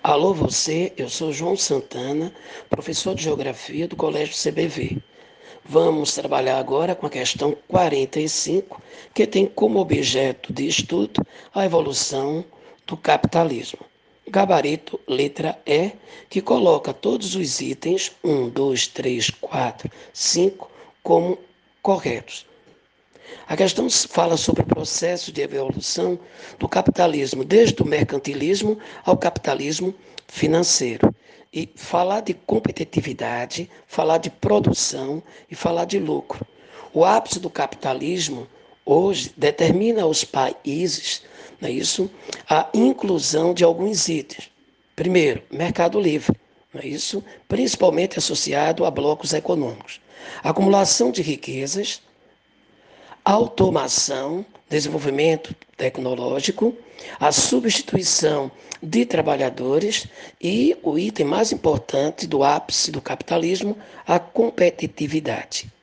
Alô você, eu sou João Santana, professor de Geografia do Colégio CBV. Vamos trabalhar agora com a questão 45, que tem como objeto de estudo a evolução do capitalismo. Gabarito letra E, que coloca todos os itens 1, 2, 3, 4, 5 como corretos. A questão fala sobre o processo de evolução do capitalismo, desde o mercantilismo ao capitalismo financeiro. E falar de competitividade, falar de produção e falar de lucro. O ápice do capitalismo hoje determina aos países, não é isso, a inclusão de alguns itens. Primeiro, mercado livre, não é isso? Principalmente associado a blocos econômicos. Acumulação de riquezas, automação, desenvolvimento tecnológico, a substituição de trabalhadores e o item mais importante do ápice do capitalismo, a competitividade.